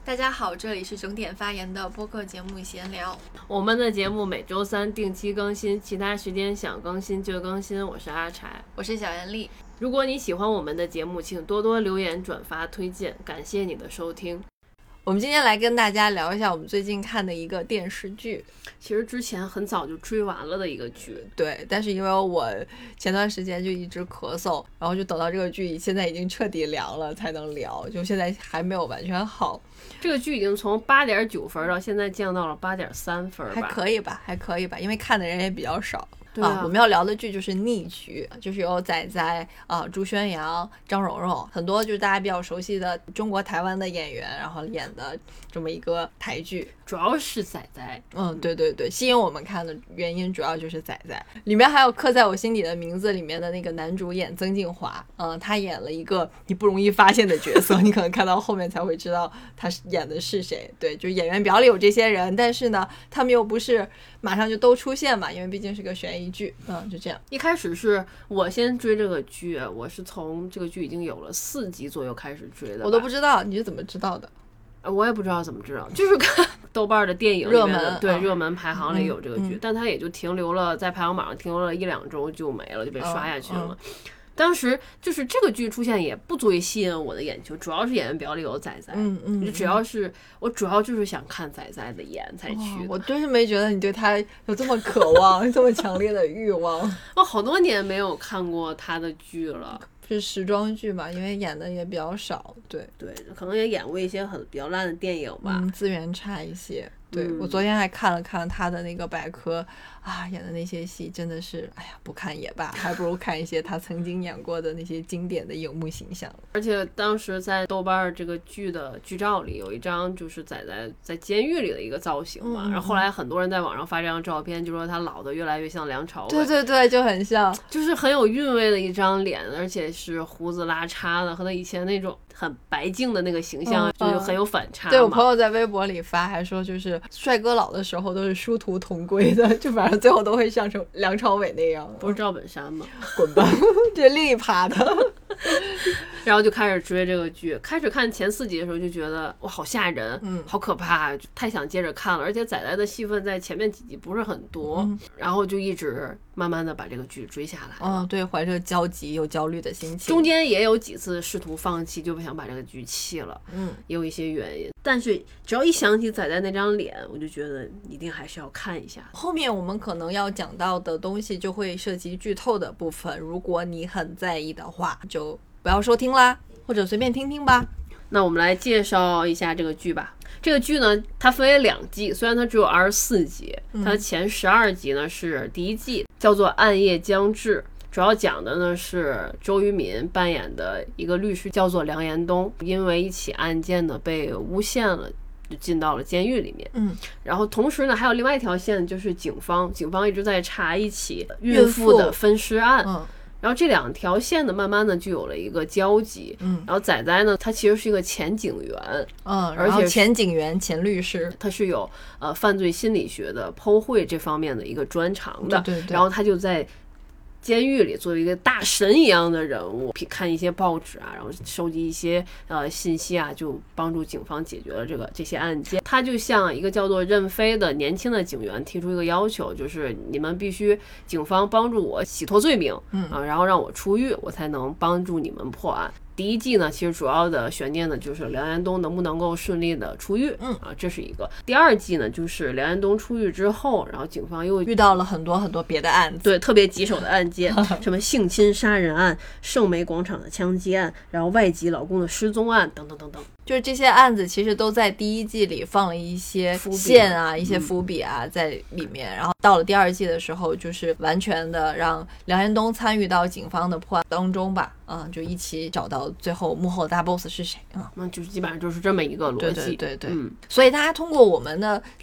大家好，这里是整点发言的播客节目闲聊。 我们的节目每周三定期更新，其他时间想更新就更新。我是阿柴， 我是小严丽。 如果你喜欢我们的节目，请多多留言、转发、推荐，感谢你的收听。 我们今天来跟大家聊一下我们最近看的一个电视剧， 其实之前很早就追完了的一个剧， 对，但是因为我前段时间就一直咳嗽，然后就等到这个剧现在已经彻底凉了才能聊，就现在还没有完全好。 这个剧已经从8.9分到现在降到了8.3分吧， 还可以吧，还可以吧，因为看的人也比较少。 对啊， 我们要聊的剧就是《逆局》，就是由仔仔、朱轩阳、张荣荣，很多就是大家比较熟悉的中国台湾的演员，然后演的这么一个台剧。 主要是仔仔， 对对对，吸引我们看的原因主要就是仔仔。里面还有刻在我心底的名字里面的那个男主演曾敬骅，他演了一个你不容易发现的角色，你可能看到后面才会知道他演的是谁。对，就是演员表里有这些人，但是呢，他们又不是马上就都出现嘛，因为毕竟是个悬疑剧。就这样。 一开始是我先追这个剧，我是从这个剧已经有了4集左右开始追的。 我都不知道，你是怎么知道的？ 我也不知道怎么知道，就是看豆瓣的电影里面的热门排行里有这个剧，但它也就停留了在排行榜上停留了1-2周就没了，就被刷下去了。当时就是这个剧出现也不足以吸引我的眼球，主要是演员表里有仔仔，就主要就是想看仔仔的颜才去的。 我真是没觉得你对他有这么渴望这么强烈的欲望。 我好多年没有看过他的剧了， 是时装剧嘛，因为演的也比较少。对， 可能也演过一些比较烂的电影吧， 资源差一些。对，我昨天还看了看他的那个百科演的那些戏真的是不看也罢，还不如看一些他曾经演过的那些经典的荧幕形象。 而且当时在豆瓣这个剧的剧照里有一张就是仔仔在监狱里的一个造型嘛，然后后来很多人在网上发这张照片，就说他老的越来越像梁朝伟。 对，就很像， 就是很有韵味的一张脸，而且是胡子拉碴的，和他以前那种很白净的那个形象就是很有反差嘛。 对，我朋友在微博里发还说，就是帅哥老的时候都是殊途同归的，就反正最后都会像成梁朝伟那样。 不是赵本山吗？ 滚吧，这另一趴的。 然后就开始追这个剧，开始看前4集的时候就觉得哇好吓人，好可怕，太想接着看了。而且仔仔的戏份在前面几集不是很多，然后就一直慢慢的把这个剧追下来。 对，怀着焦急又焦虑的心情， 中间也有几次试图放弃，就不想把这个剧弃了，也有一些原因。但是只要一想起仔仔那张脸，我就觉得一定还是要看一下。 后面我们可能要讲到的东西就会涉及剧透的部分，如果你很在意的话，就不要收听啦，或者随便听听吧。 那我们来介绍一下这个剧吧。这个剧呢，它分为2季，虽然它只有24集，它前12集呢是第1季，叫做《暗夜将至》。主要讲的呢是周渝民扮演的一个律师，叫做梁延东，因为一起案件呢被诬陷了，就进到了监狱里面。然后同时呢还有另外一条线，就是警方一直在查一起孕妇的分尸案。然后这2条线呢慢慢的就有了一个交集。然后仔仔呢他其实是一个前警员， 而且前警员前律师， 他是有犯罪心理学的剖绘这方面的一个专长的。 对， 然后他就在监狱里作为一个大神一样的人物，看一些报纸啊，然后收集一些信息啊，就帮助警方解决了这些案件。他就向一个叫做任飞的年轻的警员提出一个要求，就是你们必须警方帮助我洗脱罪名，然后让我出狱，我才能帮助你们破案。第1季呢，其实主要的悬念呢就是梁延东能不能够顺利的出狱，这是一个。第2季呢，就是梁延东出狱之后，然后警方又遇到了很多很多别的案子， 对，特别棘手的案件，什么性侵杀人案、盛美广场的枪击案，然后外籍老公的失踪案等等等等。 就是这些案子其实都在第1季里放了一些线啊，一些伏笔啊在里面，然后到了第2季的时候，就是完全的让梁延东参与到警方的破案当中吧，就一起找到最后幕后大 boss 是谁啊？ 那就是基本上就是这么一个逻辑。 对，所以大家通过我们的这个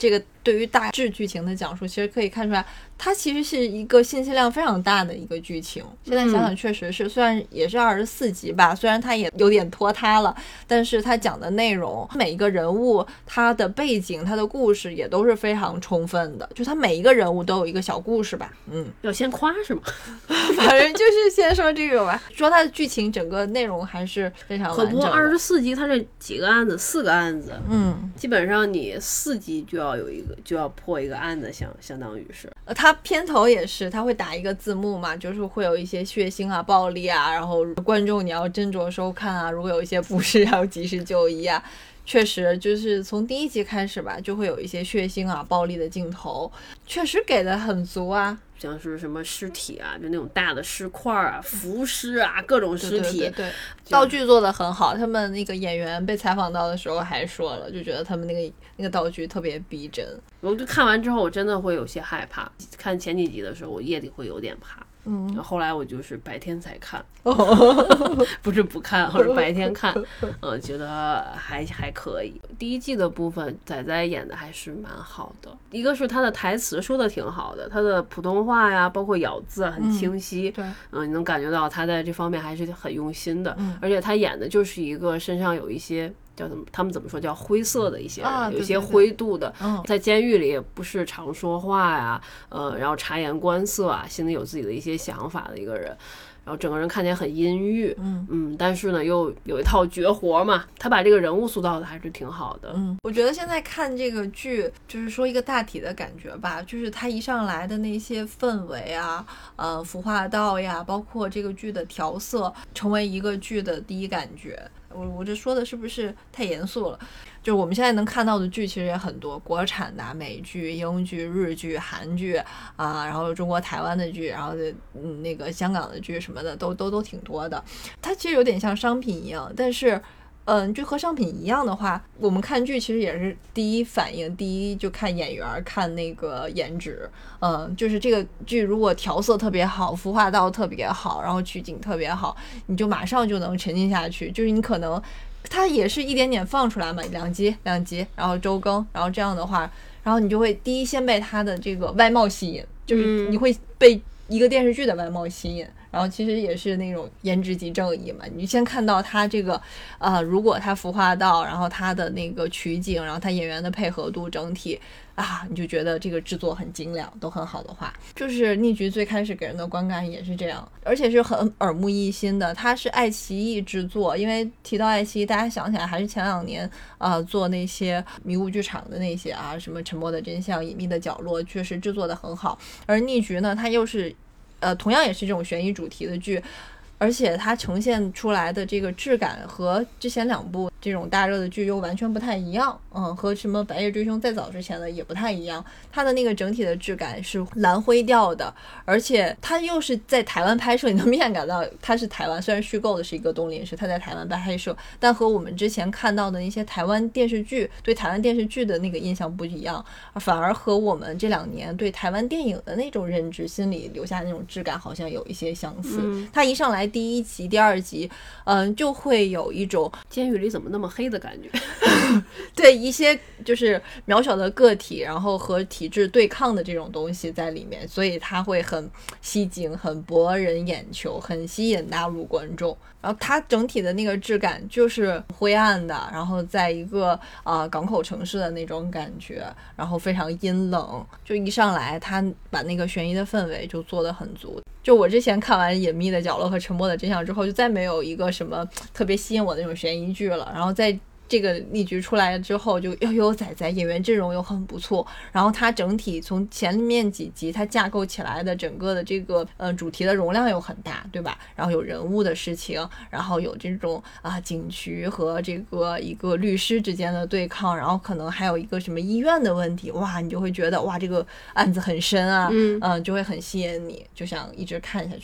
对于大致剧情的讲述，其实可以看出来，它其实是一个信息量非常大的一个剧情。现在想想，确实是，虽然也是24集吧，虽然它也有点拖沓了，但是它讲的内容，每一个人物他的背景、他的故事也都是非常充分的，就他每一个人物都有一个小故事吧。 要先夸是吗？ 反正就是先说这个吧，说它的剧情整个内容还是非常完整的。 可不，24集它这几个案子，4个案子，基本上你4集就要破一个案子，相当于是。 它片头也是，它会打一个字幕嘛，就是会有一些血腥啊、暴力啊，然后观众你要斟酌收看啊，如果有一些不适要及时就医啊。确实就是从第1集开始吧，就会有一些血腥啊、暴力的镜头，确实给的很足啊。 像是什么尸体啊，就那种大的尸块啊、浮尸啊，各种尸体。 对，道具做的很好。他们那个演员被采访到的时候还说了，就觉得他们那个道具特别逼真。 我就看完之后，我真的会有些害怕。看前几集的时候，我夜里会有点怕。后来我就是白天才看，不是不看，而是白天看，觉得还可以。第1季的部分，仔仔演的还是蛮好的。一个是他的台词说的挺好的，他的普通话呀，包括咬字很清晰， 对， 你能感觉到他在这方面还是很用心的。而且他演的就是一个身上有一些。他们怎么说叫灰色的一些人，有一些灰度的，在监狱里也不是常说话呀，然后察言观色啊，心里有自己的一些想法的一个人，然后整个人看起来很阴郁，但是呢又有一套绝活嘛，他把这个人物塑造的还是挺好的。 我觉得现在看这个剧，就是说一个大体的感觉吧，就是他一上来的那些氛围啊，服化道呀，包括这个剧的调色，成为一个剧的第一感觉。我这说的是不是太严肃了？就是我们现在能看到的剧其实也很多，国产的美剧、英剧、日剧、韩剧啊，然后中国台湾的剧，然后那个香港的剧什么的都挺多的。它其实有点像商品一样，但是就和商品一样的话，我们看剧其实也是第一反应，第一就看演员，看那个颜值。就是这个剧如果调色特别好，服化道特别好，然后取景特别好，你就马上就能沉浸下去。就是你可能它也是一点点放出来嘛，两集，然后周更，然后这样的话，然后你就会第一先被它的这个外貌吸引，就是你会被一个电视剧的外貌吸引。然后其实也是那种颜值即正义嘛，你先看到他这个如果他服化道，然后他的那个取景，然后他演员的配合度整体你就觉得这个制作很精良，都很好的话，就是逆局最开始给人的观感也是这样，而且是很耳目一新的。它是爱奇艺制作，因为提到爱奇艺，大家想起来还是前2年做那些迷雾剧场的那些什么沉默的真相、隐秘的角落，确实制作的很好。而逆局呢，它又是同样也是这种悬疑主题的剧，而且它呈现出来的这个质感和之前2部这种大热的剧又完全不太一样，和什么《白夜追凶》再早之前的也不太一样。它的那个整体的质感是蓝灰调的，而且它又是在台湾拍摄，你能明显感到它是台湾，虽然虚构的是一个东林市，它在台湾拍摄，但和我们之前看到的那些台湾电视剧对台湾电视剧的那个印象不一样，反而和我们这2年对台湾电影的那种认知心里留下那种质感好像有一些相似。它一上来第1集、第2集，就会有一种监狱里怎么那么黑的感觉。 对，一些就是渺小的个体，然后和体制对抗的这种东西在里面，所以它会很吸睛，很博人眼球，很吸引大陆观众。然后它整体的那个质感就是灰暗的，然后在一个港口城市的那种感觉，然后非常阴冷，就一上来它把那个悬疑的氛围就做得很足。就我之前看完《隐秘的角落》和《沉默的真相》之后，就再没有一个什么特别吸引我的那种悬疑剧了。然后在这个逆局出来之后，就又有仔仔，演员阵容又很不错，然后它整体从前面几集它架构起来的整个的这个主题的容量又很大，对吧？然后有人物的事情，然后有这种警局和这个一个律师之间的对抗，然后可能还有一个什么医院的问题，哇，你就会觉得哇这个案子很深啊，就会很吸引你，就想一直看下去了。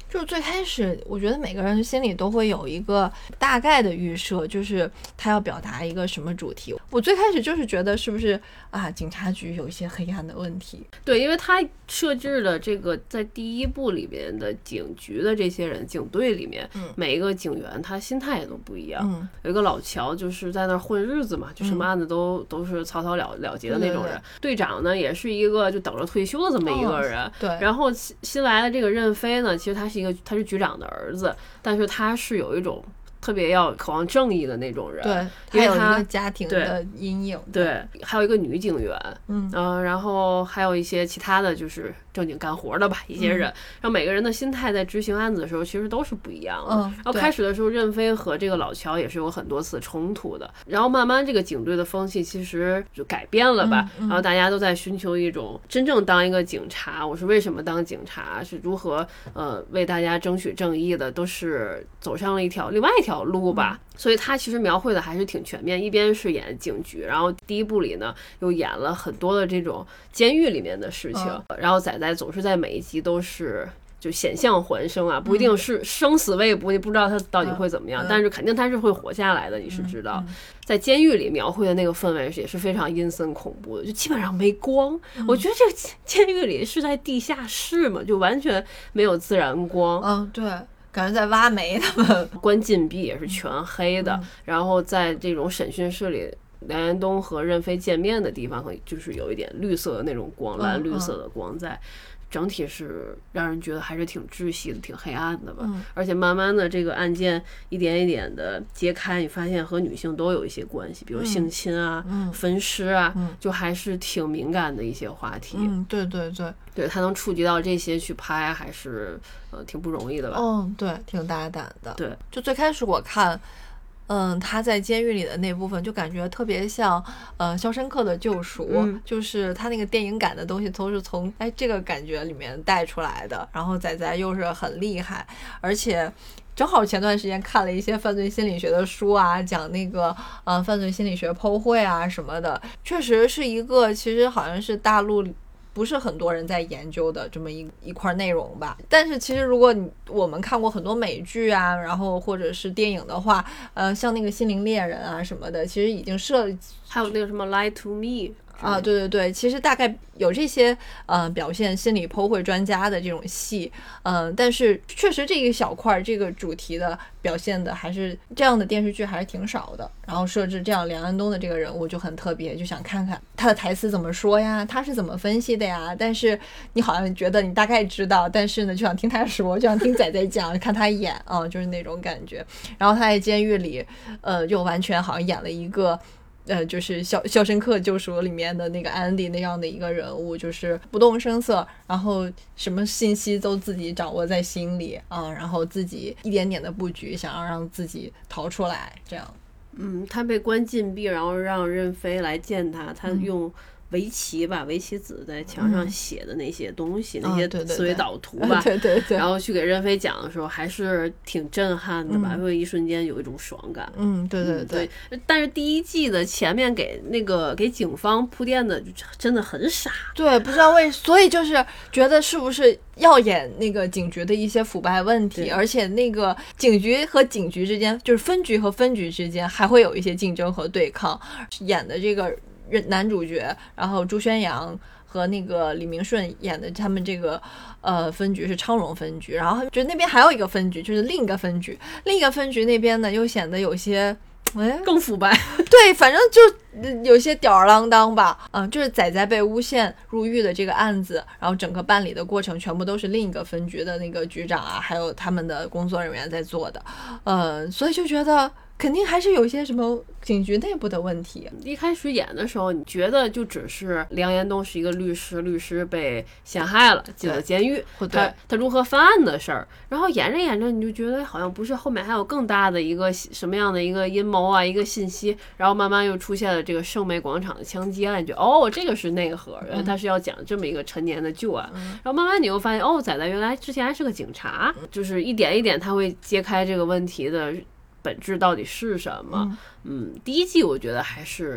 就是最开始我觉得每个人心里都会有一个大概的预设，就是他要表达一个什么主题。我最开始就是觉得是不是啊，警察局有一些黑暗的问题。 对，因为他设置的这个在第一部里面的警局的这些人，警队里面，每一个警员他心态也都不一样。有一个老乔就是在那儿混日子嘛，就什么案子都是草草了结的那种人。队长呢也是一个就等着退休的这么一个人。 对。 然后新来的这个任飞呢，其实他是局长的儿子，但是他是有一种特别要渴望正义的那种人。 对， 因为他有一个家庭的阴影。 对，还有一个女警员。然后还有一些其他的就是正经干活的吧一些人。然后每个人的心态在执行案子的时候其实都是不一样的。然后开始的时候任飞和这个老乔也是有很多次冲突的，然后慢慢这个警队的风气其实就改变了吧。然后大家都在寻求一种真正当一个警察，我是为什么当警察，是如何为大家争取正义的，都是走上了另外一条路吧。所以他其实描绘的还是挺全面，一边是演警局，然后第一部里呢又演了很多的这种监狱里面的事情。然后仔仔总是在每一集都是就险象环生啊，不一定是生死未卜，你不知道他到底会怎么样，但是肯定他是会活下来的，你是知道。在监狱里描绘的那个氛围也是非常阴森恐怖的，就基本上没光。我觉得这个监狱里是在地下室嘛，就完全没有自然光。 对，感觉在挖煤，他们关禁闭也是全黑的。然后在这种审讯室里，梁延东和任飞见面的地方就是有一点绿色的那种光，蓝绿色的光在。整体是让人觉得还是挺窒息的，挺黑暗的吧。而且慢慢的这个案件一点一点的揭开，你发现和女性都有一些关系，比如性侵啊、分尸啊，就还是挺敏感的一些话题。对，他能触及到这些去拍，还是挺不容易的吧。 对，挺大胆的。 对， 就最开始我看他在监狱里的那部分就感觉特别像肖申克的救赎。就是他那个电影感的东西都是从这个感觉里面带出来的。然后仔仔又是很厉害，而且正好前段时间看了一些犯罪心理学的书啊，讲那个犯罪心理学剖绘啊什么的，确实是一个其实好像是大陆不是很多人在研究的这么一块内容吧。但是其实如果我们看过很多美剧啊，然后或者是电影的话，像那个心灵猎人啊什么的，其实已经还有那个什么 Lie to Me 啊，对，其实大概有这些表现心理剖绘专家的这种戏。但是确实这一小块这个主题的表现的还是这样的电视剧还是挺少的。然后设置这样梁安东的这个人物就很特别，就想看看他的台词怎么说呀，他是怎么分析的呀。但是你好像觉得你大概知道，但是呢就想听他说，就想听仔仔讲，看他演就是那种感觉。然后他在监狱里就完全好像演了一个就是肖申克救赎里面的那个安迪那样的一个人物，就是不动声色，然后什么信息都自己掌握在心里然后自己一点点的布局，想要让自己逃出来，这样。 他被关禁闭，然后让任飞来见他，他用围棋子在墙上写的那些东西，那些思维导图吧， 对， 然后去给任飞讲的时候，还是挺震撼的吧，会一瞬间有一种爽感。对。但是第一季的前面给警方铺垫的就真的很傻， 对，不知道所以就是觉得是不是要演那个警局的一些腐败问题，而且那个警局和警局之间，就是分局和分局之间还会有一些竞争和对抗。演的这个男主角，然后朱宣阳和那个李明顺演的他们这个分局是昌荣分局，然后就那边还有一个分局，就是另一个分局那边呢又显得有些更腐败。 对，反正就有些吊儿郎当吧。就是仔仔被诬陷入狱的这个案子，然后整个办理的过程全部都是另一个分局的那个局长还有他们的工作人员在做的。所以就觉得肯定还是有一些什么警局内部的问题。 一开始演的时候你觉得就只是梁延东是一个律师被陷害了进了监狱，他如何翻案的事儿，然后演着你就觉得好像不是，后面还有更大的一个什么样的一个阴谋啊，一个信息，然后慢慢又出现了这个圣美广场的枪击案，你觉得这个是内核，原来他是要讲这么一个陈年的旧案。然后慢慢你又发现仔仔原来之前还是个警察，就是一点一点他会揭开这个问题的本质到底是什么。第一季我觉得还是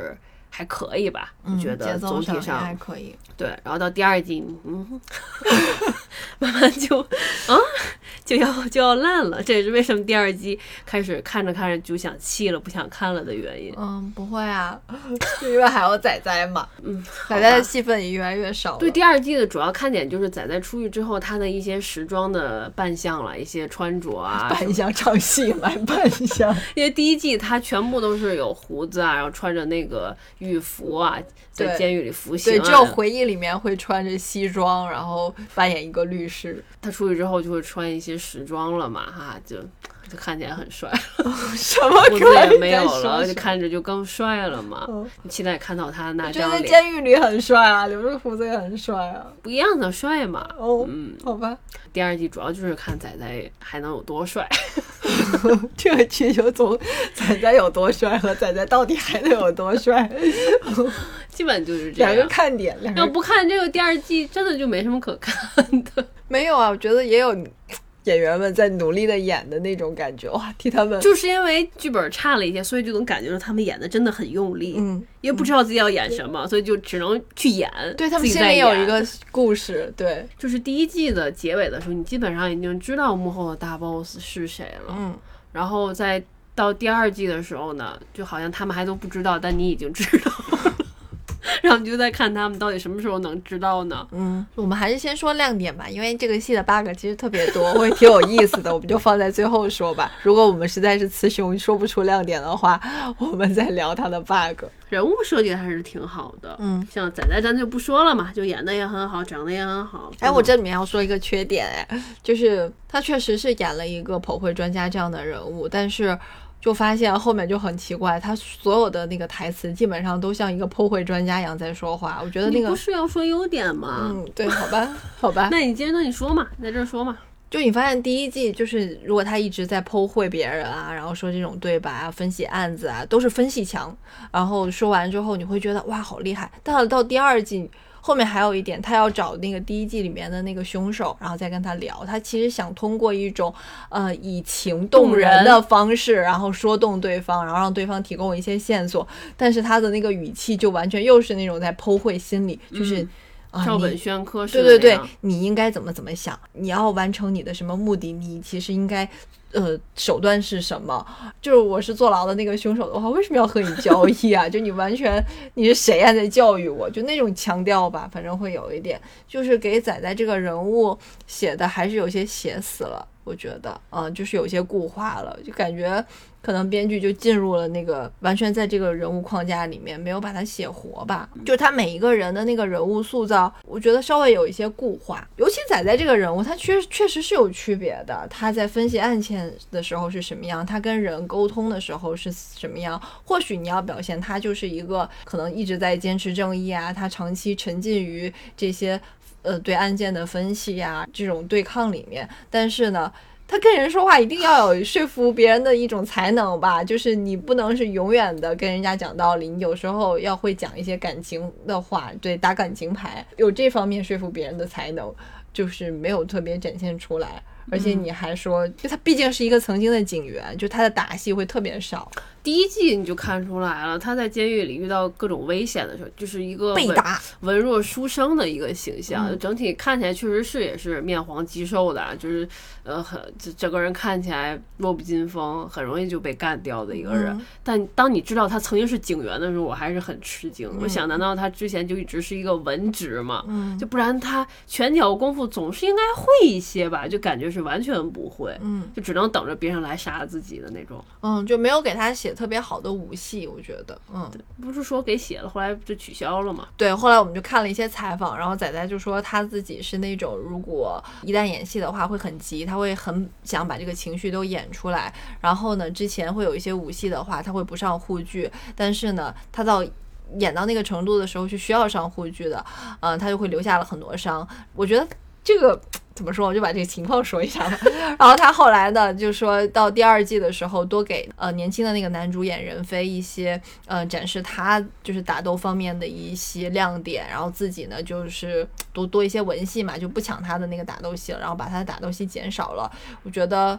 还可以吧，我觉得节奏总体上还可以。 对，然后到第二季，慢慢就要烂了。这也是为什么第二季开始看着看着就想弃了，不想看了的原因。 不会啊，就因为还有仔仔嘛。仔仔的戏份也越来越少了。 对，第二季的主要看点就是仔仔出狱之后他的一些时装的扮相了，一些穿着啊， 扮相唱戏来扮相。 因为第一季他全部都是有胡子啊，然后穿着那个狱服啊，在监狱里服刑。 对，只有回忆里面会穿着西装，然后扮演一个律师。 他出去之后就会穿一些时装了嘛，就看起来很帅。 什么胡子也没有了，就看着就更帅了嘛。期待看到他那张脸。 我觉得监狱里很帅啊，留着胡子也很帅啊， 不一样的帅嘛。 好吧。 第二季主要就是看仔仔还能有多帅。 这个剧就从仔仔有多帅和仔仔到底还能有多帅， 基本就是这样。 两个看点。 要不看这个第二季，真的就没什么可看的。 没有啊，我觉得也有演员们在努力的演的那种感觉，哇，替他们。 就是因为剧本差了一些，所以就能感觉到他们演的真的很用力，因为不知道自己要演什么，所以就只能去演。 对，他们心里有一个故事。对， 就是第一季的结尾的时候，你基本上已经知道幕后的大 boss 是谁了。然后在到第二季的时候呢，就好像他们还都不知道，但你已经知道了。然后你就在看他们到底什么时候能知道呢？ 我们还是先说亮点吧，因为这个戏的 bug 其实特别多，会挺有意思的，我们就放在最后说吧。如果我们实在是雌雄说不出亮点的话，我们再聊他的 bug。 人物设计还是挺好的，像仔仔咱就不说了嘛，就演的也很好，长得也很好。 我这里面要说一个缺点，就是他确实是演了一个剖绘专家这样的人物，但是就发现后面就很奇怪，他所有的那个台词基本上都像一个剖绘专家一样在说话。我觉得那个你不是要说优点吗？ 对，好吧，好吧。 那你接着你说嘛，在这说嘛。 就你发现第一季就是如果他一直在剖绘别人啊，然后说这种对白啊，分析案子啊，都是分析强，然后说完之后你会觉得哇好厉害。但到第二季后面还有一点，他要找那个第一季里面的那个凶手，然后再跟他聊，他其实想通过一种以情动人的方式，然后说动对方，然后让对方提供一些线索，但是他的那个语气就完全又是那种在剖绘心理，就是照本宣科式。 对，你应该怎么想，你要完成你的什么目的，你其实应该手段是什么。就是我是坐牢的那个凶手的话，为什么要和你交易啊？就你完全你是谁啊，在教育我，就那种强调吧，反正会有一点，就是给仔仔这个人物写的还是有些写死了，我觉得就是有些固化了，就感觉可能编剧就进入了那个完全在这个人物框架里面，没有把它写活吧。就他每一个人的那个人物塑造，我觉得稍微有一些固化。尤其仔仔这个人物，他确实是有区别的。他在分析案件的时候是什么样，他跟人沟通的时候是什么样。或许你要表现他就是一个可能一直在坚持正义啊，他长期沉浸于这些对案件的分析啊这种对抗里面，但是呢他跟人说话一定要有说服别人的一种才能吧，就是你不能是永远的跟人家讲道理，你有时候要会讲一些感情的话，对，打感情牌，有这方面说服别人的才能，就是没有特别展现出来。而且你还说就他毕竟是一个曾经的警员，就他的打戏会特别少。 第一季你就看出来了，他在监狱里遇到各种危险的时候，就是一个被打文弱书生的一个形象，整体看起来确实是也是面黄肌瘦的，就是整个人看起来弱不禁风，很容易就被干掉的一个人。但当你知道他曾经是警员的时候，我还是很吃惊。我想，难道他之前就一直是一个文职吗？就不然他拳脚功夫总是应该会一些吧？就感觉是完全不会，就只能等着别人来杀自己的那种。 就没有给他写特别好的武戏，我觉得， 不是说给写了，后来就取消了嘛。 对，后来我们就看了一些采访，然后仔仔就说他自己是那种如果一旦演戏的话会很急，他会很想把这个情绪都演出来，然后呢之前会有一些武戏的话他会不上护具，但是呢他到演到那个程度的时候是需要上护具的，他就会留下了很多伤。我觉得这个怎么说，我就把这个情况说一下吧。然后他后来呢就说到第二季的时候多给年轻的那个男主演任飞一些展示他就是打斗方面的一些亮点，然后自己呢就是多一些文戏嘛，就不抢他的那个打斗戏了，然后把他的打斗戏减少了。我觉得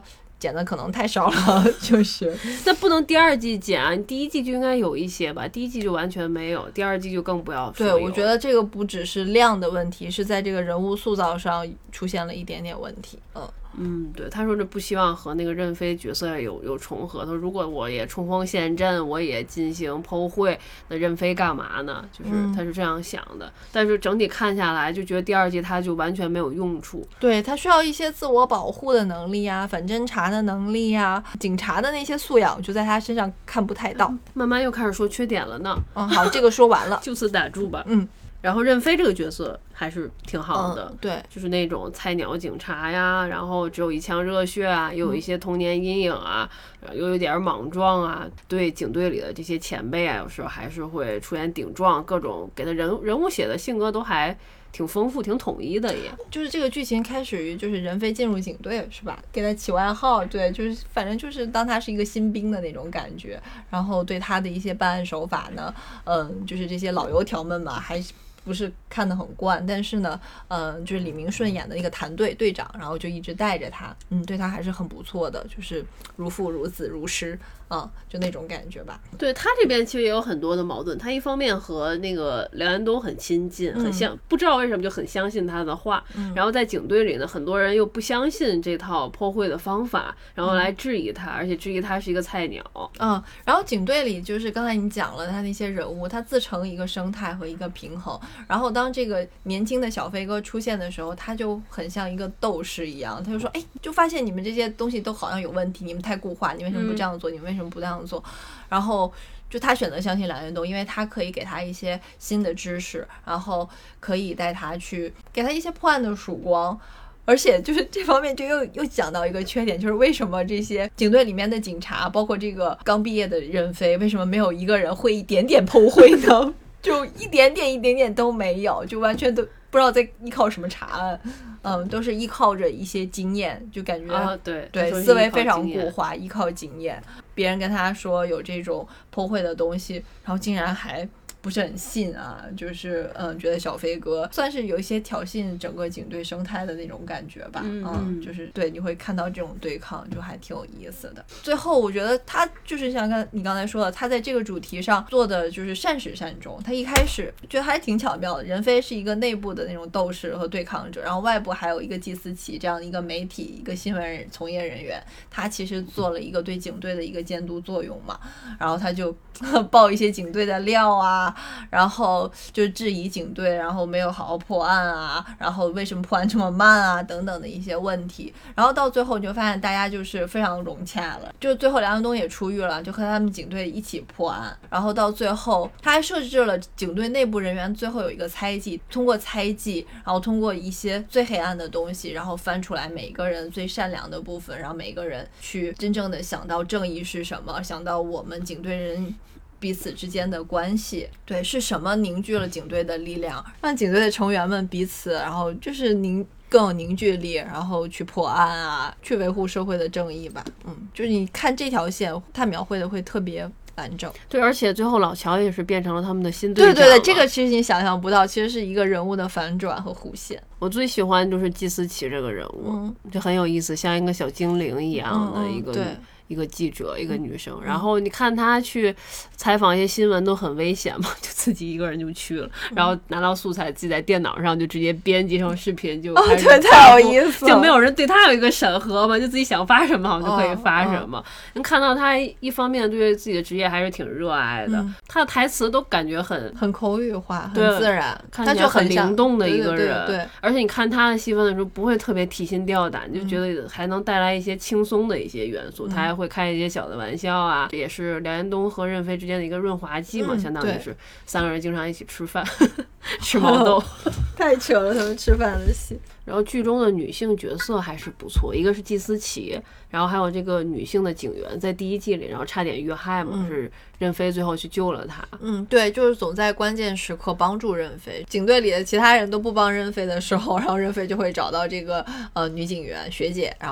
剪的可能太少了，就是那不能第2季剪啊，第1季就应该有一些吧，第1季就完全没有，第2季就更不要说有。 对，我觉得这个不只是量的问题，是在这个人物塑造上出现了一点点问题。 对，他说这不希望和那个任妃角色有重合。他说如果我也冲锋陷阵，我也进行剖绘，那任妃干嘛呢？就是他是这样想的。但是整体看下来，就觉得第2季他就完全没有用处。 对，他需要一些自我保护的能力啊，反侦查的能力啊，警察的那些素养，就在他身上看不太到。 慢慢又开始说缺点了呢。 好，这个说完了， 就此打住吧。然后任妃这个角色还是挺好的， 对， 就是那种菜鸟警察呀，然后只有一腔热血啊，又有一些童年阴影啊，又有点莽撞啊，对警队里的这些前辈啊，有时候还是会出言顶撞，各种给他人物写的性格都还挺丰富挺统一的也。 就是这个剧情开始于就是任妃进入警队是吧，给他起外号，对，就是反正就是当他是一个新兵的那种感觉，然后对他的一些办案手法呢，就是这些老油条们嘛，还不是看得很惯，但是呢，就是李明顺演的那个谭队长，然后就一直带着他，对他还是很不错的，就是如父如子如师，就那种感觉吧。 对，他这边其实也有很多的矛盾，他一方面和那个梁安东很亲近，很不知道为什么就很相信他的话，然后在警队里呢，很多人又不相信这套剖绘的方法，然后来质疑他，而且质疑他是一个菜鸟。 然后警队里就是刚才你讲了他那些人物，他自成一个生态和一个平衡。然后当这个年轻的小飞哥出现的时候，他就很像一个斗士一样，他就说就发现你们这些东西都好像有问题，你们太固化，你为什么不这样做，你们为什么不这样做。然后就他选择相信梁元东，因为他可以给他一些新的知识，然后可以带他去给他一些破案的曙光。而且就是这方面就又讲到一个缺点，就是为什么这些警队里面的警察，包括这个刚毕业的任妃，为什么没有一个人会一点点剖绘呢？就一点点都没有，就完全都不知道在依靠什么查案，都是依靠着一些经验，就感觉对思维非常固化，依靠经验。别人跟他说有这种剖绘的东西，然后竟然还不是很信啊，就是觉得小飞哥算是有一些挑衅整个警队生态的那种感觉吧，就是对，你会看到这种对抗，就还挺有意思的。最后我觉得他就是像你刚才说的，他在这个主题上做的就是善始善终。他一开始觉得还挺巧妙的，任妃是一个内部的那种斗士和对抗者，然后外部还有一个季思琪这样的一个媒体一个新闻从业人员，他其实做了一个对警队的一个监督作用嘛，然后他就爆一些警队的料啊，然后就质疑警队，然后没有好好破案啊，然后为什么破案这么慢啊等等的一些问题。然后到最后你就发现大家就是非常融洽了，就最后梁安东也出狱了，就和他们警队一起破案。然后到最后他还设置了警队内部人员最后有一个猜忌，通过猜忌，然后通过一些最黑暗的东西，然后翻出来每个人最善良的部分，然后每个人去真正的想到正义是什么，想到我们警队人彼此之间的关系，对，是什么凝聚了警队的力量，让警队的成员们彼此，然后就是更有凝聚力，然后去破案啊，去维护社会的正义吧。就是你看这条线，他描绘的会特别完整。 对，而且最后老乔也是变成了他们的新队长。 对，这个其实你想象不到，其实是一个人物的反转和弧线。 我最喜欢就是季思琪这个人物，就很有意思，像一个小精灵一样的一个记者，一个女生，然后你看她去采访一些新闻都很危险嘛，就自己一个人就去了，然后拿到素材自己在电脑上就直接编辑成视频就开始对，太有意思了， 就没有人对她有一个审核嘛，就自己想发什么好像就可以发什么。能看到她一方面对自己的职业还是挺热爱的，她的台词都感觉很口语化，很自然， 看起来很灵动的一个人。 对， 而且你看她的戏份的时候不会特别提心吊胆，就觉得还能带来一些轻松的一些元素，她还会开一些小的玩笑啊，这也是梁安东和任妃之间的一个润滑剂嘛，相当于是三个人经常一起吃饭吃毛豆太扯了，他们吃饭的戏。 然后剧中的女性角色还是不错，一个是季思琪，然后还有这个女性的警员，在第一季里然后差点遇害嘛，是任妃最后去救了她。 对，就是总在关键时刻帮助任妃，警队里的其他人都不帮任妃的时候，然后任妃就会找到这个女警员学姐，然后就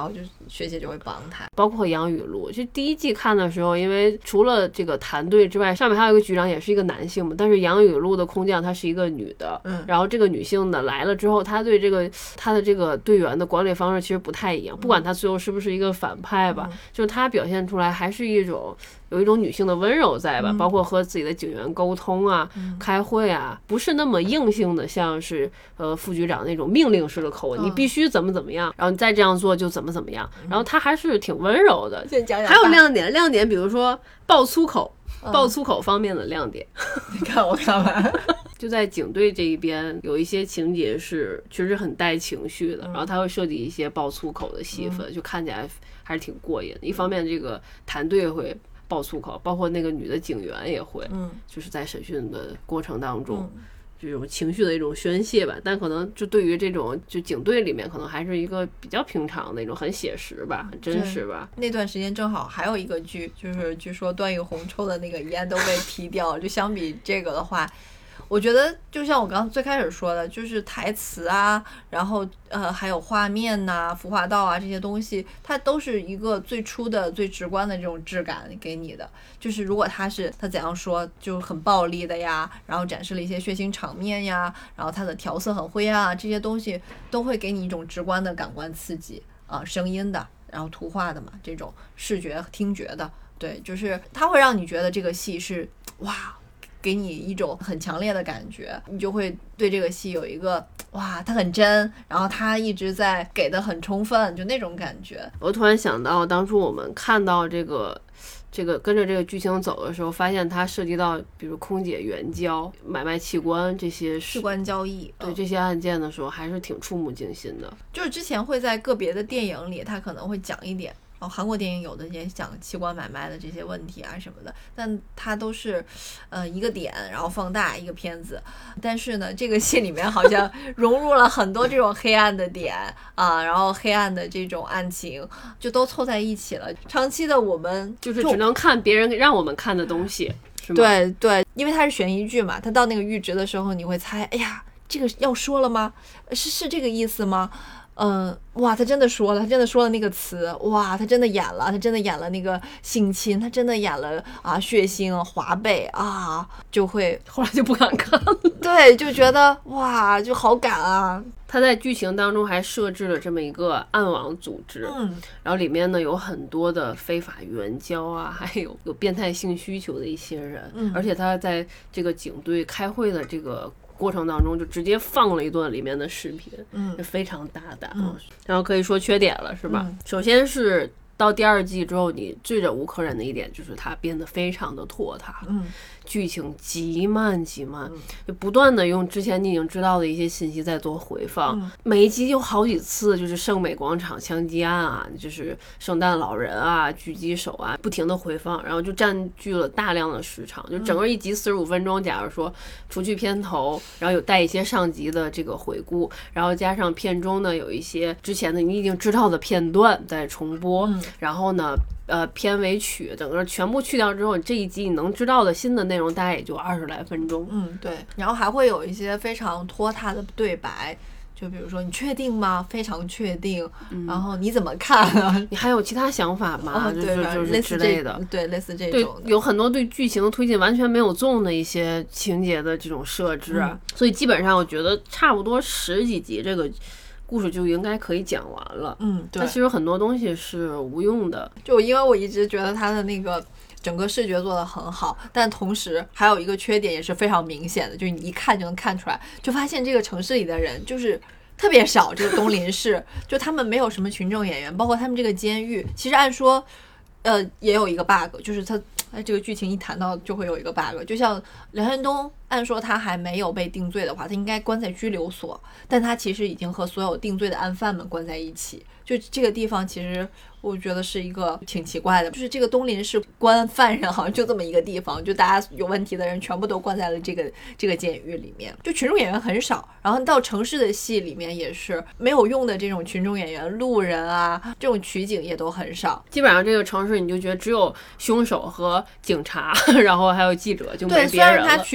学姐就会帮他。 包括杨雨露，就第一季看的时候，因为除了这个团队之外，上面还有一个局长也是一个男性嘛，但是杨雨露的空降她是一个女的，然后这个女性呢来了之后，她对她的这个队员的管理方式其实不太一样，不管她最后是不是一个反派吧，就是她表现出来还是有一种女性的温柔在吧，包括和自己的警员沟通啊、开会啊，不是那么硬性的，像是副局长那种命令式的口吻，你必须怎么样，然后你再这样做就怎么样，然后他还是挺温柔的。还有亮点，比如说爆粗口方面的亮点。 你看我干嘛？ 就在警队这一边有一些情节是确实很带情绪的，然后他会设计一些爆粗口的戏份，就看起来还是挺过瘾的。一方面这个团队会爆粗口，包括那个女的警员也会，就是在审讯的过程当中，这种情绪的一种宣泄吧。但可能就对于这种就警队里面，可能还是一个比较平常的一种，很写实吧，很真实吧。 那段时间正好还有一个剧，就是据说段奕宏抽的那个烟都被踢掉了。就相比这个的话，我觉得就像我刚刚最开始说的，就是台词啊，然后还有画面呐、服化道啊这些东西，它都是一个最初的最直观的这种质感给你的。就是如果他怎样说就很暴力的呀，然后展示了一些血腥场面呀，然后他的调色很灰啊，这些东西都会给你一种直观的感官刺激啊，声音的，然后图画的嘛，这种视觉听觉的，对，就是它会让你觉得这个戏是哇。给你一种很强烈的感觉，你就会对这个戏有一个哇，它很真，然后它一直在给的很充分，就那种感觉。 我突然想到，当初我们看到这个跟着这个剧情走的时候，发现它涉及到比如空姐援交、买卖器官这些器官交易， 对这些案件的时候，还是挺触目惊心的。 就是之前会在个别的电影里，它可能会讲一点。韩国电影有的也讲器官买卖的这些问题啊什么的，但它都是一个点然后放大一个片子。但是呢这个戏里面好像融入了很多这种黑暗的点啊，然后黑暗的这种案情就都凑在一起了。长期的我们就是只能看别人让我们看的东西，是吗？ 对对，因为它是悬疑剧嘛，它到那个阈值的时候你会猜，哎呀这个要说了吗？是这个意思吗？哇，他真的说了，他真的说了那个词，哇，他真的演了，他真的演了那个性侵，他真的演了啊血腥滑背啊，就会后来就不敢看了。 对，就觉得哇，就好赶啊。 他在剧情当中还设置了这么一个暗网组织，然后里面呢有很多的非法援交啊，还有变态性需求的一些人，而且他在这个警队开会的这个过程当中就直接放了一段里面的视频，就非常大胆，然后可以说缺点了是吧？首先是到第二季之后，你最忍无可忍的一点就是它变得非常的拖沓，剧情极慢，就不断的用之前你已经知道的一些信息在做回放，每一集有好几次就是圣美广场枪击案啊，就是圣诞老人啊、狙击手啊，不停的回放，然后就占据了大量的时长，就整个一集45分钟，假如说除去片头，然后有带一些上集的这个回顾，然后加上片中呢有一些之前的你已经知道的片段在重播，然后呢片尾曲整个全部去掉之后，这一集你能知道的新的内容大概也就20来分钟。 对，然后还会有一些非常拖沓的对白，就比如说你确定吗？非常确定。然后你怎么看啊？ 你还有其他想法吗？就是之类的， 对，类似这种的。 对，有很多对剧情的推进完全没有作用的一些情节的这种设置，所以基本上我觉得差不多10几集这个故事就应该可以讲完了。对。但其实很多东西是无用的， 就因为我一直觉得它的那个整个视觉做得很好，但同时还有一个缺点也是非常明显的，就是你一看就能看出来，就发现这个城市里的人就是特别少。这个东林市就他们没有什么群众演员，包括他们这个监狱，其实按说也有一个 bug， 就是他这个剧情一谈到就会有一个 bug， 就像梁山东按说他还没有被定罪的话，他应该关在拘留所，但他其实已经和所有定罪的案犯们关在一起。就这个地方其实我觉得是一个挺奇怪的，就是这个东林市关犯人好像就这么一个地方，就大家有问题的人全部都关在了这个监狱里面，就群众演员很少。然后到城市的戏里面也是没有用的这种群众演员，路人啊这种取景也都很少。 基本上这个城市你就觉得只有凶手和警察然后还有记者，就没别人了。 对，虽然它取景上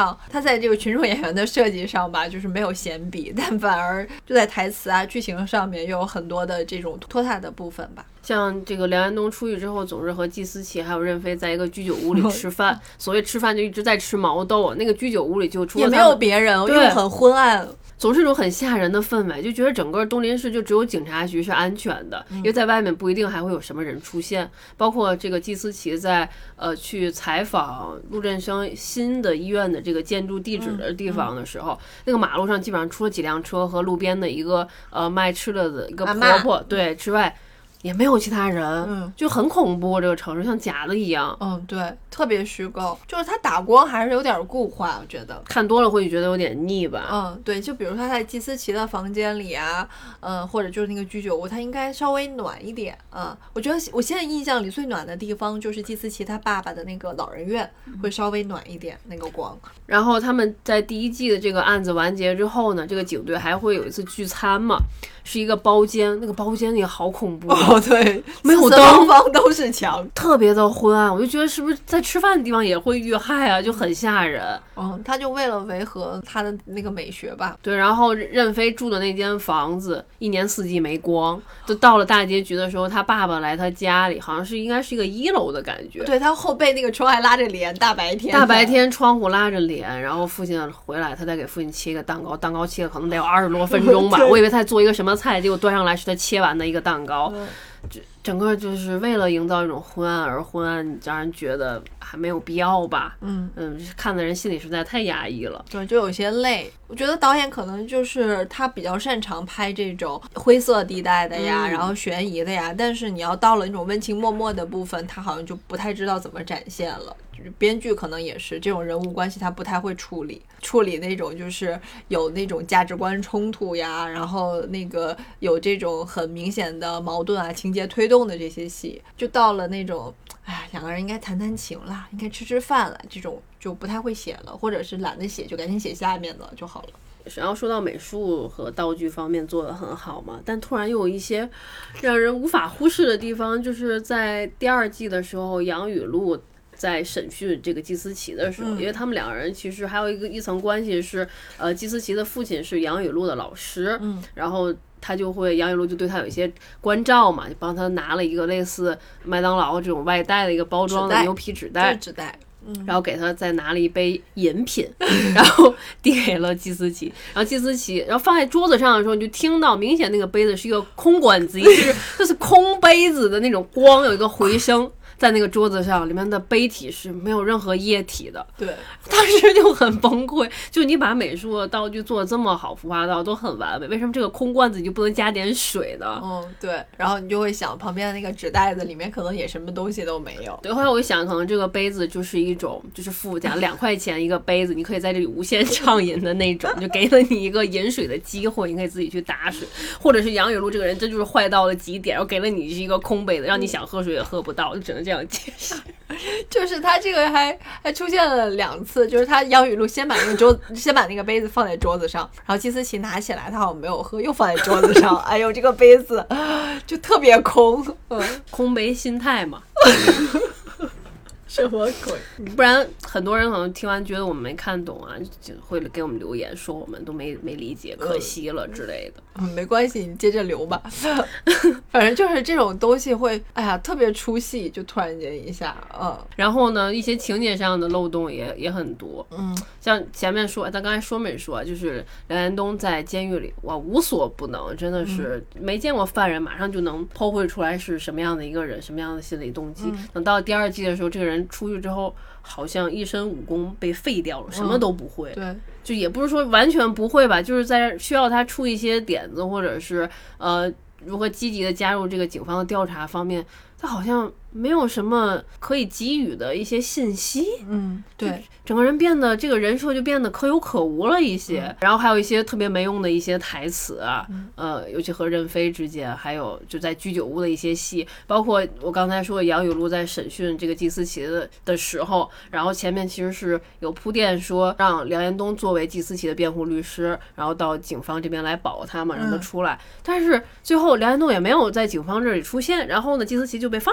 上，他在这个群众演员的设计上吧，就是没有闲笔，但反而就在台词啊、剧情上面又有很多的这种拖沓的部分吧。 像这个梁彦东出狱之后，总是和季思琪还有任飞在一个居酒屋里吃饭，所谓吃饭就一直在吃毛豆，那个居酒屋里就除了也没有别人，又很昏暗。 总是一种很吓人的氛围，就觉得整个东林市就只有警察局是安全的，因为在外面不一定还会有什么人出现。包括这个季思琪在去采访陆振生新的医院的这个建筑地址的地方的时候，那个马路上基本上除了几辆车和路边的一个卖吃的一个婆婆对之外，也没有其他人，就很恐怖，这个城市像假的一样。 对，特别虚构，就是它打光还是有点固化，我觉得看多了会觉得有点腻吧。 对，就比如说在季思琪的房间里啊，或者就是那个居酒屋，它应该稍微暖一点啊。我觉得我现在印象里最暖的地方就是季思琪他爸爸的那个老人院，会稍微暖一点那个光。 然后他们在第一季的这个案子完结之后呢，这个警队还会有一次聚餐嘛，是一个包间，那个包间也好恐怖。 对， 没有灯， 四方都是墙， 特别的昏暗。我就觉得是不是在吃饭的地方也会遇害啊，就很吓人。 他就为了维和他的那个美学吧。 对，然后任飞住的那间房子一年四季没光，就到了大结局的时候，他爸爸来他家里，好像应该是一个1楼的感觉。 对，他后背那个窗还拉着帘，大白天窗户拉着帘，然后父亲回来，他再给父亲切一个蛋糕，蛋糕切了可能得有20多分钟吧。我以为他做一个什么菜，结果端上来是他切完的一个蛋糕。整个就是为了营造一种昏暗而昏暗，让人觉得还没有必要吧。看的人心里实在太压抑了。 对，就有些累。我觉得导演可能就是他比较擅长拍这种灰色地带的呀，然后悬疑的呀，但是你要到了那种温情脉脉的部分，他好像就不太知道怎么展现了。编剧可能也是这种人物关系他不太会处理那种就是有那种价值观冲突呀，然后那个有这种很明显的矛盾啊情节推动的这些戏，就到了那种两个人应该谈谈情啦，应该吃饭了，这种就不太会写了，或者是懒得写就赶紧写下面的就好了。 然后说到美术和道具方面做得很好嘛，但突然又有一些让人无法忽视的地方，就是在第2季的时候，杨雨露在审讯这个季思琪的时候，因为他们2人其实还有一层关系是，季思琪的父亲是杨雨露的老师，然后杨雨露就对他有一些关照嘛，就帮他拿了一个类似麦当劳这种外带的一个包装的牛皮纸袋，然后给他再拿了一杯饮品，然后递给了季思琪，然后放在桌子上的时候，你就听到明显那个杯子是一个空管子，就是空杯子的那种光有一个回声。在那个桌子上，里面的杯体是没有任何液体的。 对， 当时就很崩溃。就你把美术的道具做得这么好，服化道都很完美，为什么这个空罐子你就不能加点水呢？ 对。然后你就会想，旁边的那个纸袋子里面可能也什么东西都没有。 对，后来我一想，可能这个杯子就是一种，就是附加2块钱一个杯子，你可以在这里无限畅饮的那种，就给了你一个饮水的机会，你可以自己去打水。或者是杨雨露这个人真就是坏到了极点，然后给了你一个空杯子，让你想喝水也喝不到，就只能这样解释。 就是他这个还出现了2次，就是他杨雨露先把那个杯子放在桌子上，然后季思琪拿起来，他好像没有喝，又放在桌子上。哎呦，这个杯子就特别空， 空杯心态嘛。 什么鬼？ 不然很多人可能听完觉得我们没看懂啊，就会给我们留言说我们都没理解，可惜了之类的。 没关系，你接着留吧。反正就是这种东西会，特别出戏，就突然间一下， 然后呢，一些情节上的漏洞也很多，像前面说，咱刚才说没说，就是梁彦东在监狱里，哇，无所不能，真的是没见过犯人马上就能剖绘出来是什么样的一个人，什么样的心理动机。等到第2季的时候，这个人出去之后，好像一身武功被废掉了，什么都不会。 对， 就也不是说完全不会吧，就是在需要他出一些点子，或者是如何积极的加入这个警方的调查方面，他好像没有什么可以给予的一些信息。 对， 整个人这个人设就变得可有可无了一些，然后还有一些特别没用的一些台词啊，尤其和任飞之间，还有就在居酒屋的一些戏，包括我刚才说杨雨露在审讯这个季思琪的时候，然后前面其实是有铺垫说让梁彦东作为季思琪的辩护律师，然后到警方这边来保他嘛，让他出来，但是最后梁彦东也没有在警方这里出现，然后呢季思琪就被放出来了。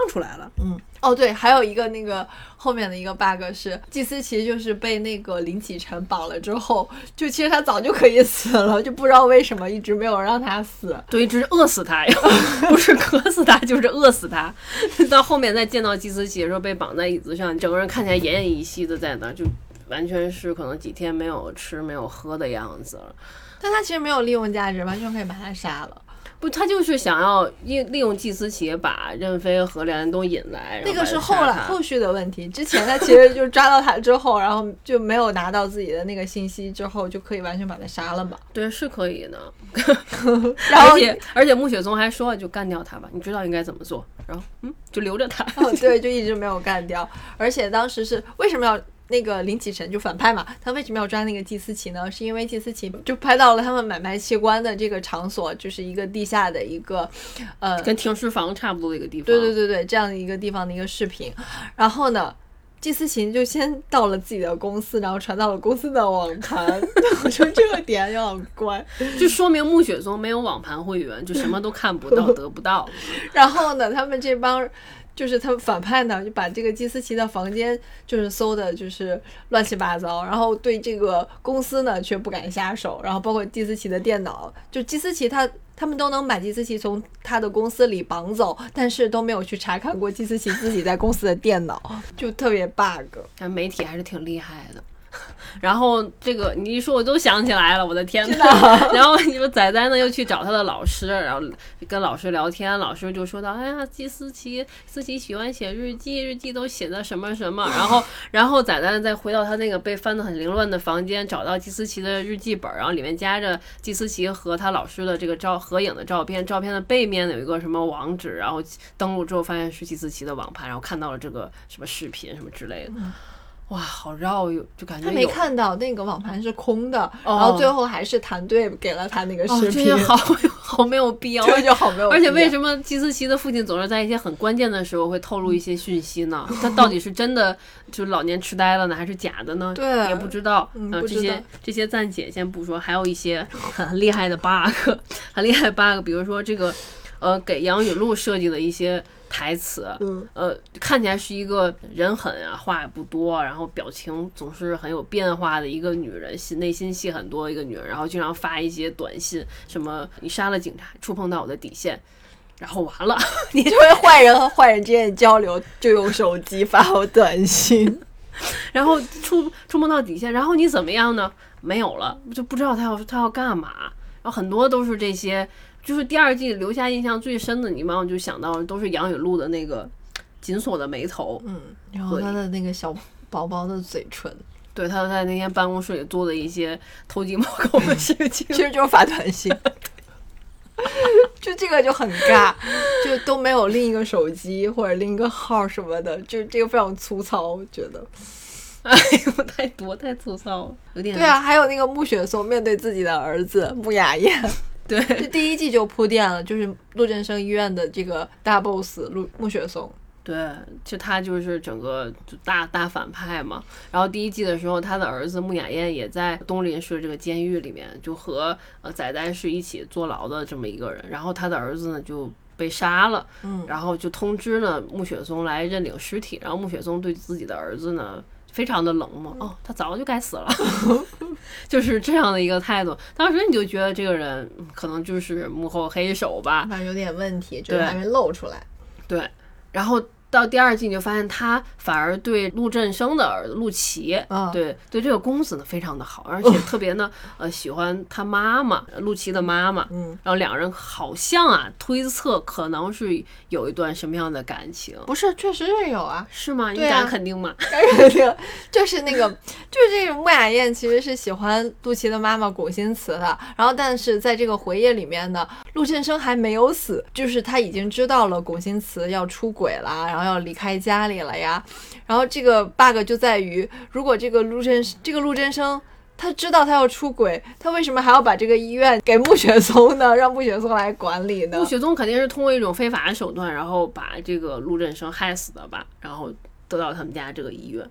哦对，还有一个那个后面的一个 bug 是季思琪就是被那个林启晨绑了之后，就其实他早就可以死了，就不知道为什么一直没有让他死。 对，一直饿死他呀，不是渴死他就是饿死他。到后面再见到季思琪的时候被绑在椅子上，整个人看起来奄奄一息的在那，就完全是可能几天没有吃没有喝的样子了。 但他其实没有利用价值，完全可以把他杀了。 不，他就是想要利用季思琪把任飞和梁安东引来， 那个是后续的问题。之前他其实就抓到他之后，然后就没有拿到自己的那个信息之后，就可以完全把他杀了嘛。 对，是可以的。 然后而且穆雪松还说就干掉他吧，你知道应该怎么做。然后就留着他。 对，就一直没有干掉。而且当时是为什么要？那个林启晨就反派嘛，他为什么要抓那个季思琪呢？是因为季思琪就拍到了他们买卖器官的这个场所，就是一个地下的一个跟停尸房差不多的一个地方。 对，这样的一个地方的一个视频。然后呢，季思琪就先到了自己的公司，然后传到了公司的网盘。我觉得这个点就很怪， 就说明穆雪松没有网盘会员，就什么都看不到得不到。 然后呢，他们这帮就是他们反派呢，就把这个季思琪的房间就是搜的就是乱七八糟，然后对这个公司呢却不敢下手，然后包括季思琪的电脑，就季思琪他们都能把季思琪从他的公司里绑走，但是都没有去查看过季思琪自己在公司的电脑，就特别 bug。 但媒体还是挺厉害的。然后这个你一说我都想起来了，我的天哪！然后你说仔仔呢又去找他的老师，然后跟老师聊天，老师就说到，哎呀，季思琪喜欢写日记，日记都写的什么什么。然后仔仔再回到他那个被翻得很凌乱的房间，找到季思琪的日记本，然后里面夹着季思琪和他老师的这个合影的照片，照片的背面有一个什么网址，然后登录之后发现是季思琪的网盘，然后看到了这个什么视频什么之类的。哇，好绕哟，就感觉他没看到那个网盘是空的，然后最后还是团队给了他那个视频， 这好没有必要， 这就好没有必要。 而且为什么季思琪的父亲总是在一些很关键的时候会透露一些讯息呢？他到底是真的就是老年痴呆了呢，还是假的呢？ 对， 也不知道。这些暂且先不说，还有一些很厉害的 bug， 很厉害的 bug， 比如说这个给杨雨露设计的一些台词，看起来是一个人狠啊，话也不多，然后表情总是很有变化的一个女人，内心戏很多一个女人，然后经常发一些短信，什么你杀了警察，触碰到我的底线，然后完了， 你就是坏人和坏人之间的交流就用手机发好短信， 然后触碰到底线，然后你怎么样呢？没有了，就不知道他要干嘛，然后很多都是这些。就是第二季留下印象最深的，你往往就想到都是杨雨露的那个紧锁的眉头， 然后她的那个小薄薄的嘴唇， 对，她在那天办公室里做的一些偷鸡摸狗的事情， 其实就是发短信，就这个就很尬，就都没有另一个手机或者另一个号什么的，就这个非常粗糙，我觉得。 哎呦，太粗糙了，有点。 对啊，还有那个穆雪松面对自己的儿子穆雅燕。 对， 这第一季就铺垫了，就是陆振生医院的这个大 boss 穆雪松。 对，就他就是整个就大反派嘛。然后第一季的时候，他的儿子穆雅燕也在东林市这个监狱里面，就和仔仔是一起坐牢的这么一个人。然后他的儿子呢就被杀了，然后就通知呢穆雪松来认领尸体。然后穆雪松对自己的儿子呢非常的冷漠，他早就该死了，就是这样的一个态度。当时你就觉得这个人可能就是幕后黑手吧， 反正有点问题，这个还没露出来。 对，然后到第二季你就发现他反而对陆振生的儿子陆琪，对这个公子呢非常的好，而且特别呢喜欢他妈妈陆琪的妈妈，然后两人好像推测可能是有一段什么样的感情。 不是，确实是有啊。 是吗？你敢肯定吗？ 敢肯定，就是那个就是这个穆雅燕其实是喜欢陆琪的妈妈龚欣慈的，然后但是在这个回忆里面呢，陆振生还没有死，就是他已经知道了龚欣慈要出轨了，然后要离开家里了呀。然后这个 bug 就在于，如果这个陆振生他知道他要出轨，他为什么还要把这个医院给穆雪松呢？让穆雪松来管理呢？ 穆雪松肯定是通过一种非法的手段，然后把这个陆振生害死的吧，然后得到他们家这个医院。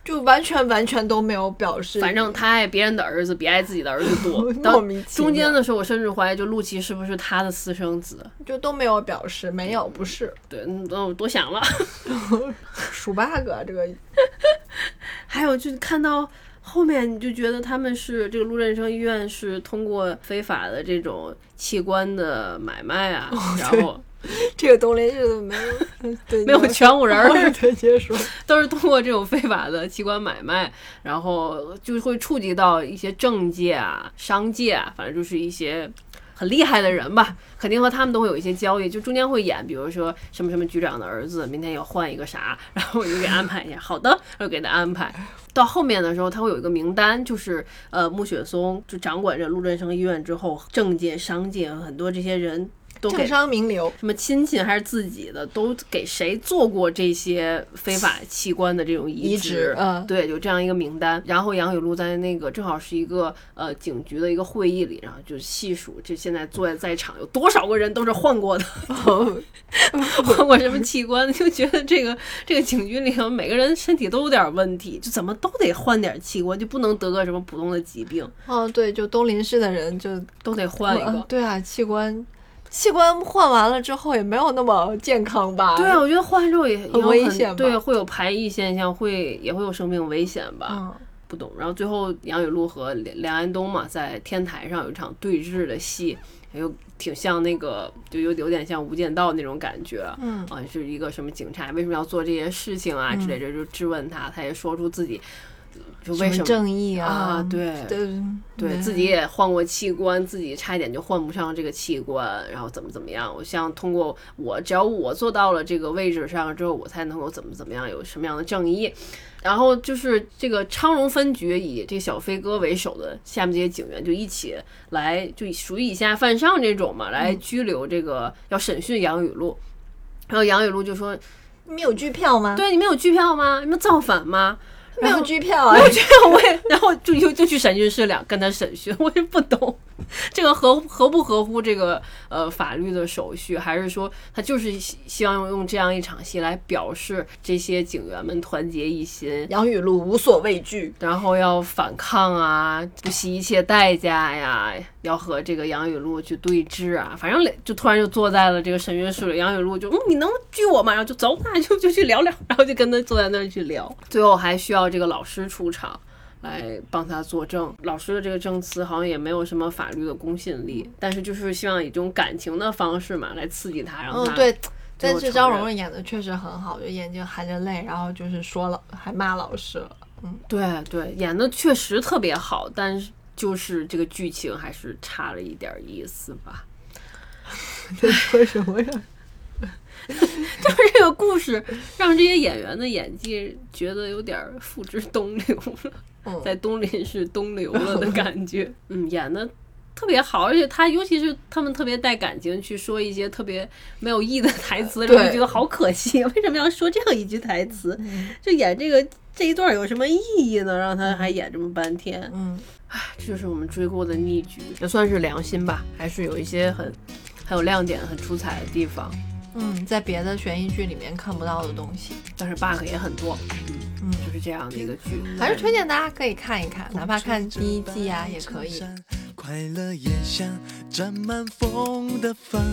就完全都没有表示， 反正他爱别人的儿子比爱自己的儿子多。 莫名其妙。 中间的时候，我甚至怀疑，就陆琪是不是他的私生子， 就都没有表示，没有，不是。 对，我多想了， 数 bug 这个。 还有就是看到后面，你就觉得他们是这个陆振生医院是通过非法的这种器官的买卖啊，然后。 这个东林是没有对没有全五人儿， 对，接着说， 都是通过这种非法的器官买卖，然后就会触及到一些政界啊、商界啊，反正就是一些很厉害的人吧，肯定和他们都会有一些交易，就中间会演，比如说什么什么局长的儿子明天要换一个啥，然后我就给安排一下，好的，然后给他安排。到后面的时候，他会有一个名单，就是穆雪松就掌管着陆振生医院之后，政界、商界很多这些人。都给政商名流， 什么亲戚还是自己的，都给谁做过这些非法器官的这种移植？对，有这样一个名单。然后杨雨露在那个正好是一个警局的一个会议里，然后就细数这现在坐在场有多少个人都是换过的，换过什么器官，就觉得这个警局里头每个人身体都有点问题，就怎么都得换点器官，就不能得个什么普通的疾病。 对，就东林市的人就都得换一个。 对啊，器官换完了之后也没有那么健康吧？ 对啊，我觉得换完之后也很危险吧？ 对，会有排异现象，也会有生命危险吧？不懂。然后最后杨雨露和梁安东嘛，在天台上有一场对峙的戏，又挺像那个，就有点像《无间道》那种感觉。是一个什么警察为什么要做这些事情啊之类的，就质问他，他也说出自己。就为什么正义啊？ 对，自己也换过器官，自己差一点就换不上这个器官，然后怎么样？我想通过只要我做到了这个位置上之后，我才能够怎么样，有什么样的正义。然后就是这个昌荣分局以这小飞哥为首的下面这些警员就一起来，就属于以下犯上这种嘛，来拘留这个要审讯杨雨露。然后杨雨露就说：“ 你们有拘票吗？ 对，你们有拘票吗？你们造反吗？” 没有拘票啊， 没有拘票，然后就去审讯室跟他审讯，我也不懂这个合不合乎这个法律的手续，还是说他就是希望用这样一场戏来表示这些警员们团结一心， 杨雨露无所畏惧， 然后要反抗啊，不惜一切代价呀，要和这个杨雨露去对峙啊，反正就突然就坐在了这个审讯室里，杨雨露就你能拘我吗？然后就走吧，就去聊聊，然后就跟他坐在那儿去聊，最后还需要这个老师出场来帮他作证。老师的这个证词好像也没有什么法律的公信力，但是就是希望以这种感情的方式嘛来刺激他，让他对。但是张荣荣演的确实很好，就眼睛含着泪，然后就是说了还骂老师了。 对，演的确实特别好，但是就是这个剧情还是差了一点意思吧。 在说什么呀？ 就是这个故事让这些演员的演技觉得有点付之东流了，在东林市东流了的感觉。演的特别好，而且尤其是他们特别带感情去说一些特别没有意义的台词，让人觉得好可惜，为什么要说这样一句台词？就演这一段有什么意义呢？让他还演这么半天。这就是我们追过的逆局，也算是良心吧，还是有一些很有亮点、很出彩的地方。 在别的悬疑剧里面看不到的东西， 但是 bug 也很多。就是这样的一个剧， 还是推荐大家可以看一看，哪怕看第一季啊也可以。 快乐也像沾满风的帆，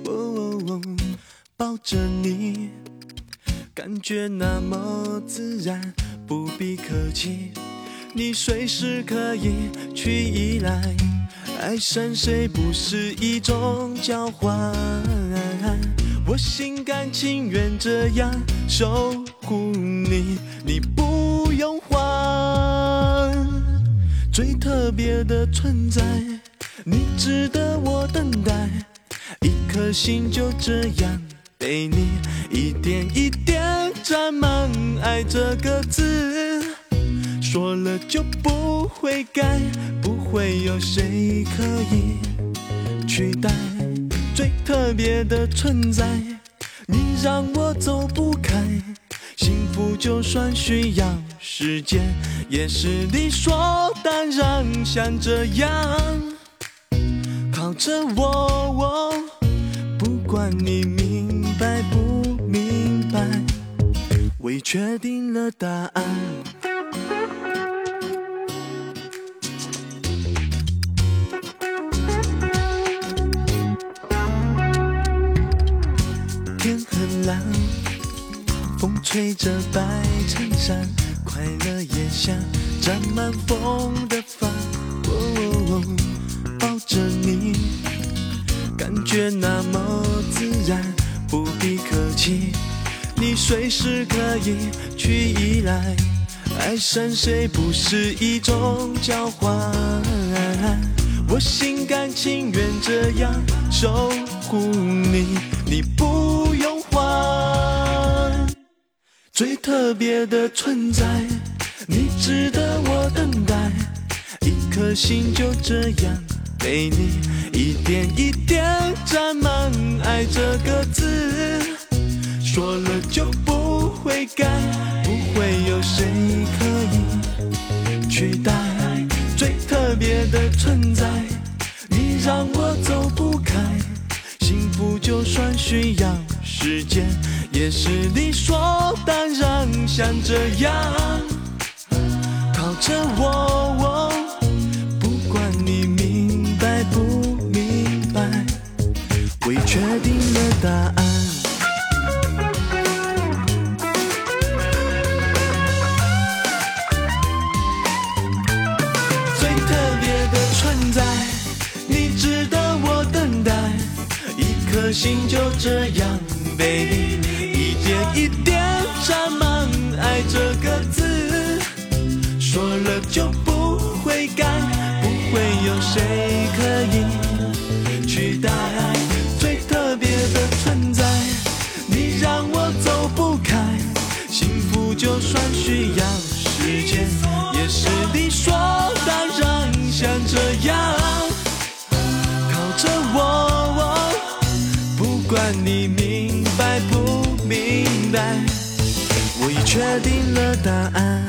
抱着你，感觉那么自然，不必客气，你随时可以去依赖，爱上谁不是一种交换，我心甘情愿这样守护你，你不用还，最特别的存在，你值得我等待，一颗心就这样被你一点一点沾满爱这个字，说了就不会改，不会有谁可以取代，最特别的存在，你让我走不开，幸福就算需要时间，也是理所当然，像这样靠着我，不管你明白不明白，我已确定了答案。 吹着白衬衫，快乐也像沾满风的帆。抱着你，感觉那么自然，不必客气，你随时可以去依赖。爱上谁不是一种交换，我心甘情愿这样守护你，你不用还。最特别的存在，你值得我等待，一颗心就这样被你一点一点沾满爱这个字，说了就不会改，不会有谁可以取代。最特别的存在，你让我走不开，幸福就算需要时间，也是理所当然。像这样靠着我，不管你明白不明白，我已确定了答案。最特别的存在，你值得我等待，一颗心就这样被你一点一点沾满爱这个字，说了就不会改，不会有谁可以取代。最特别的存在，你让我走不开，幸福就算需要时间，也是理所当然。像这样靠着我，不管你明白不明白，我已确定了答案。